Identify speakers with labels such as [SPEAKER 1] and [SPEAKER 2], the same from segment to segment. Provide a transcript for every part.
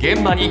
[SPEAKER 1] 現場に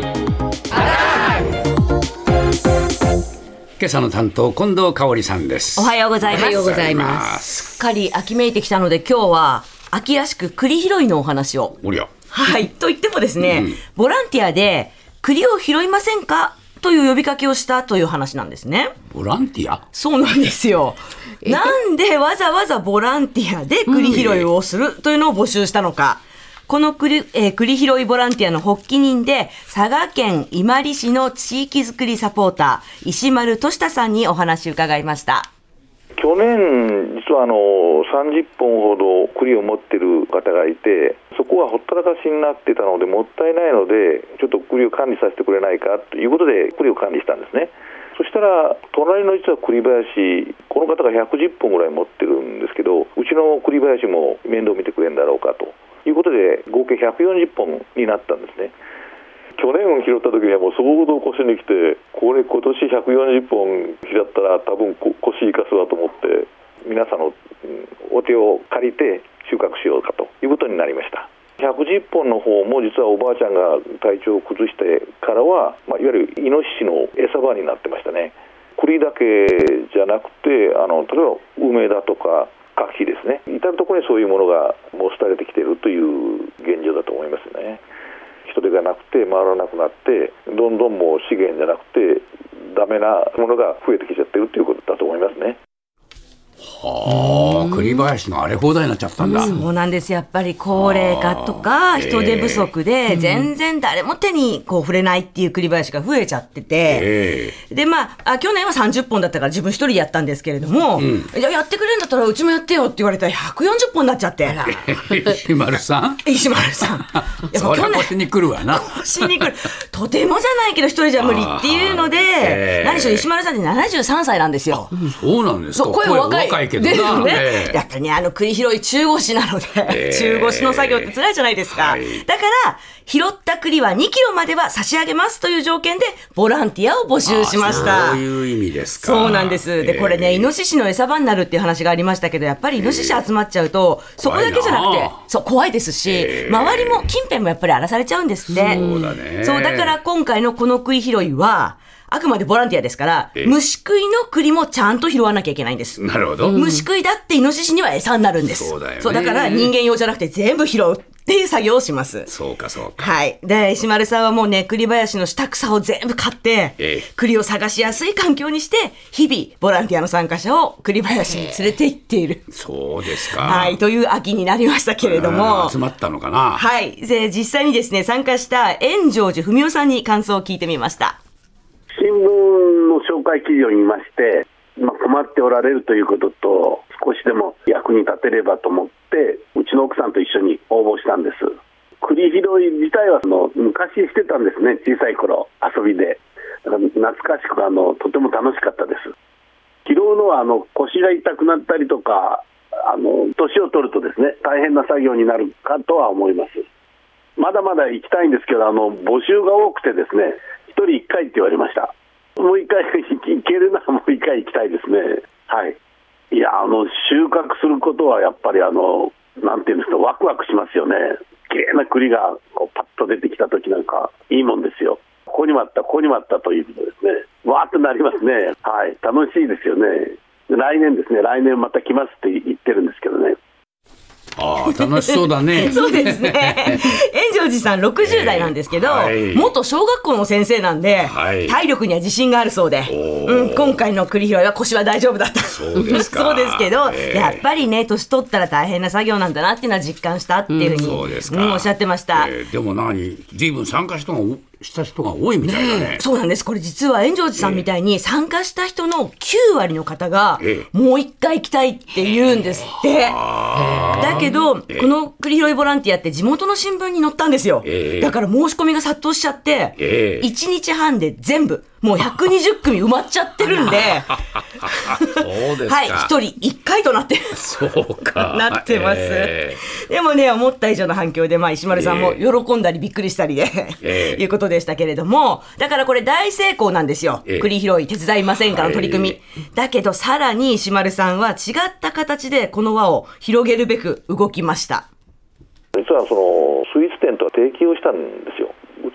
[SPEAKER 1] 今朝の担当近藤香織さんです。
[SPEAKER 2] おはようございます。
[SPEAKER 3] おはようございます。
[SPEAKER 2] すっかり秋めいてきたので今日は秋らしく栗拾いのお話を。
[SPEAKER 1] おりゃ。
[SPEAKER 2] はいと言ってもですね、ボランティアで栗を拾いませんかという呼びかけをしたという話なんですね。
[SPEAKER 1] ボランティア？
[SPEAKER 2] そうなんですよ。なんでわざわざボランティアで栗拾いをするというのを募集したのか。この栗拾いボランティアの発起人で佐賀県伊万里市の地域づくりサポーター石丸俊太さんにお話を伺いました。
[SPEAKER 4] 去年実は30本ほど栗を持っている方がいて、そこがほったらかしになっていたのでもったいないのでちょっと栗を管理させてくれないかということで栗を管理したんですね。そしたら隣の実は栗林、この方が110本ぐらい持ってるんですけど、うちの栗林も面倒見てくれるんだろうかということで合計140本になったんですね。去年拾った時にはもう相当腰に来て、これ今年140本拾ったら多分腰生かすわと思って皆さんのお手を借りて収穫しようかということになりました。110本の方も実はおばあちゃんが体調を崩してからは、いわゆるイノシシの餌場になってましたね。栗だけじゃなくて例えば梅だとか柿ですね、至る所にそういうものがもう廃れてきているという現状だと思いますね。人手がなくて回らなくなって、どんどんもう資源じゃなくてダメなものが増えてきちゃってるということだと思いますね。
[SPEAKER 1] はあ、栗林の荒れ放題になっちゃったんだ。
[SPEAKER 2] そうなんです。やっぱり高齢化とか人手不足で全然誰も手に触れないっていう栗林が増えちゃってて、で去年は30本だったから自分一人でやったんですけれども、じゃあやってくれるんだったらうちもやってよって言われたら140本になっちゃって。
[SPEAKER 1] 石丸さん
[SPEAKER 2] やっぱ
[SPEAKER 1] そりゃ腰に来るわな。
[SPEAKER 2] 腰に来る。とてもじゃないけど一人じゃ無理っていうので、何しろ石丸さんって73歳なんですよ。
[SPEAKER 1] そうなんですか。
[SPEAKER 2] 声若いけどな、やっぱりね栗拾い中腰なので、中腰の作業って辛いじゃないですか、だから拾った栗は2キロまでは差し上げますという条件でボランティアを募集しました。
[SPEAKER 1] そういう意味ですか。
[SPEAKER 2] そうなんです。でこれねイノシシの餌場になるっていう話がありましたけど、やっぱりイノシシ集まっちゃうと、そこだけじゃなくてそう怖いですし、周りも近辺もやっぱり荒らされちゃうんですって。
[SPEAKER 1] そうだね。
[SPEAKER 2] そうだから今回のこの栗拾いはあくまでボランティアですから、虫食いの栗もちゃんと拾わなきゃいけないんです。
[SPEAKER 1] なるほど。
[SPEAKER 2] 虫食いだってイノシシには餌になるんです。
[SPEAKER 1] そうだよね。
[SPEAKER 2] そうだから人間用じゃなくて全部拾うっていう作業をします。
[SPEAKER 1] そうかそうか。
[SPEAKER 2] はい。で石丸さんはもうね栗林の下草を全部刈って、栗を探しやすい環境にして日々ボランティアの参加者を栗林に連れて行っている。
[SPEAKER 1] そうですか。
[SPEAKER 2] はい。という秋になりましたけれども、
[SPEAKER 1] 集まったのかな。
[SPEAKER 2] はい。で実際にですね参加した円城寺文夫さんに感想を聞いてみました。
[SPEAKER 5] 新聞の紹介記事を見まして、困っておられるということと少しでも役に立てればと思ってうちの奥さんと一緒に応募したんです。栗拾い自体は昔してたんですね。小さい頃遊びで、だから懐かしくとても楽しかったです。拾うのは腰が痛くなったりとか年を取るとですね大変な作業になるかとは思います。まだまだ行きたいんですけど募集が多くてですね1人1回って言われました。もう1回行けるならもう1回行きたいですね。はい。いや収穫することはやっぱりなんていうんですか、ワクワクしますよね。綺麗な栗がパッと出てきた時なんかいいもんですよ。ここにもあったここにもあったということですね。わーっとなりますね。はい。楽しいですよね。来年ですね、来年また来ますって言ってるんですけどね。
[SPEAKER 1] 楽しそうだね。
[SPEAKER 2] そうですね。円城寺さん60代なんですけど、元小学校の先生なんで、体力には自信があるそうで、今回の栗拾いは腰は大丈夫だった。
[SPEAKER 1] そうですか。
[SPEAKER 2] そうですけど、やっぱりね年取ったら大変な作業なんだなっていうのは実感したっていうふうに、おっしゃってました。
[SPEAKER 1] でも随分参加した人が多いみたいだね。
[SPEAKER 2] そうなんです。これ実は円城寺さんみたいに参加した人の9割の方がもう一回行きたいって言うんですって。だけどこの栗拾いボランティアって地元の新聞に載ったんですよ。だから申し込みが殺到しちゃって、1日半で全部もう120組埋まっちゃってるんで
[SPEAKER 1] そうですか。
[SPEAKER 2] はい、1人1回となって
[SPEAKER 1] そうか
[SPEAKER 2] なってます。でもね思った以上の反響で、石丸さんも喜んだりびっくりしたりで、いうことでしたけれども、だからこれ大成功なんですよ。栗拾い手伝いませんかの取り組み、だけどさらに石丸さんは違った形でこの輪を広げるべく動きました。
[SPEAKER 4] 実はスイーツ店とは提携をしたんですよ。うち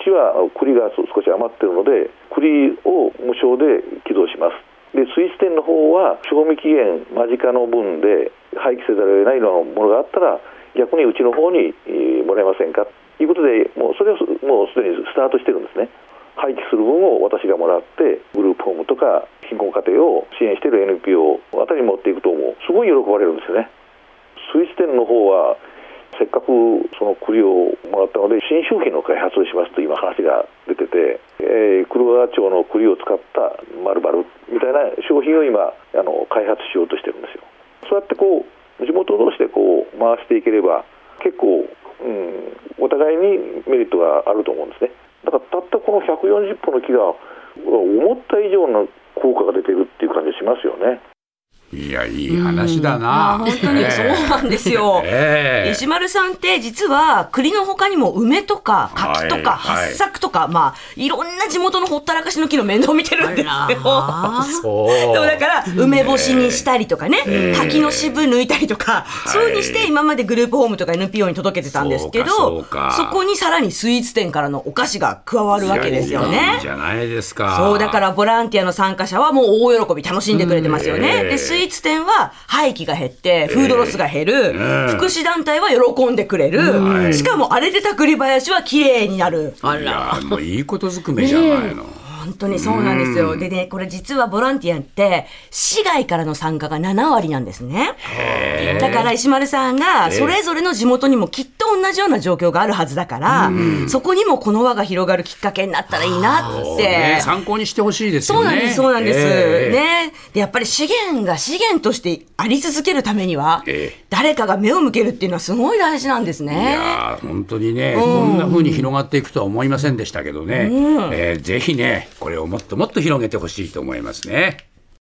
[SPEAKER 4] ちは栗が少し余ってるので栗を無償で寄贈します。でスイーツ店の方は賞味期限間近の分で廃棄せざるを得ないようなものがあったら逆にうちの方にもらえませんかということで、もうそれはもうすでにスタートしてるんですね。廃棄する分を私がもらってグループホームとか貧困家庭を支援している NPO あたりに持っていくともうすごい喜ばれるんですよね。スイーツ店の方はせっかくその栗をもらったので新商品の開発をしますと今話が出てて、黒川町の栗を使った〇〇みたいな商品を今開発しようとしてるんですよ。そうやってこう地元同士でこう回していければ結構、お互いにメリットがあると思うんですね。だからたったこの140本の木が思った以上の効果が出てるっていう感じがしますよね。
[SPEAKER 1] いやいい話だな。
[SPEAKER 2] 本当にそうなんですよ。石丸さんって実は栗の他にも梅とか柿とか八朔とか、いろんな地元のほったらかしの木の面倒を見てるんですよ。そうだから梅干しにしたりとかね、柿の渋抜いたりとか、そういう風にして今までグループホームとか NPO に届けてたんですけど、そこにさらにスイーツ店からのお菓子が加わるわけですよね。
[SPEAKER 1] いいじゃないですか。
[SPEAKER 2] そうだからボランティアの参加者はもう大喜び楽しんでくれてますよね。でスイーツ店は廃棄が減ってフードロスが減る、福祉団体は喜んでくれる、しかも荒れてた栗林は綺麗になる。
[SPEAKER 1] いやもういいことずくめじゃないの。
[SPEAKER 2] 本当にそうなんですよ。でね、これ実はボランティアって市外からの参加が7割なんですね。だから石丸さんがそれぞれの地元にもきっと同じような状況があるはずだから、そこにもこの輪が広がるきっかけになったらいいなって、
[SPEAKER 1] 参考にしてほしいですよね。
[SPEAKER 2] そうなんです、ね。でやっぱり資源が資源としてあり続けるためには、誰かが目を向けるっていうのはすごい大事なんですね。
[SPEAKER 1] いや本当にね、こんな風に広がっていくとは思いませんでしたけどね、ぜひねこれをもっともっと広げてほしいと思いますね。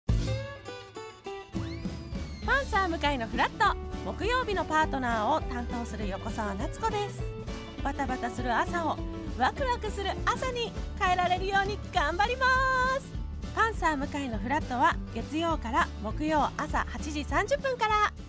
[SPEAKER 3] パンサー向井のフラット、木曜日のパートナーを担当する横澤夏子です。バタバタする朝をワクワクする朝に変えられるように頑張ります。パンサー向井のフラットは月曜から木曜朝8時30分から。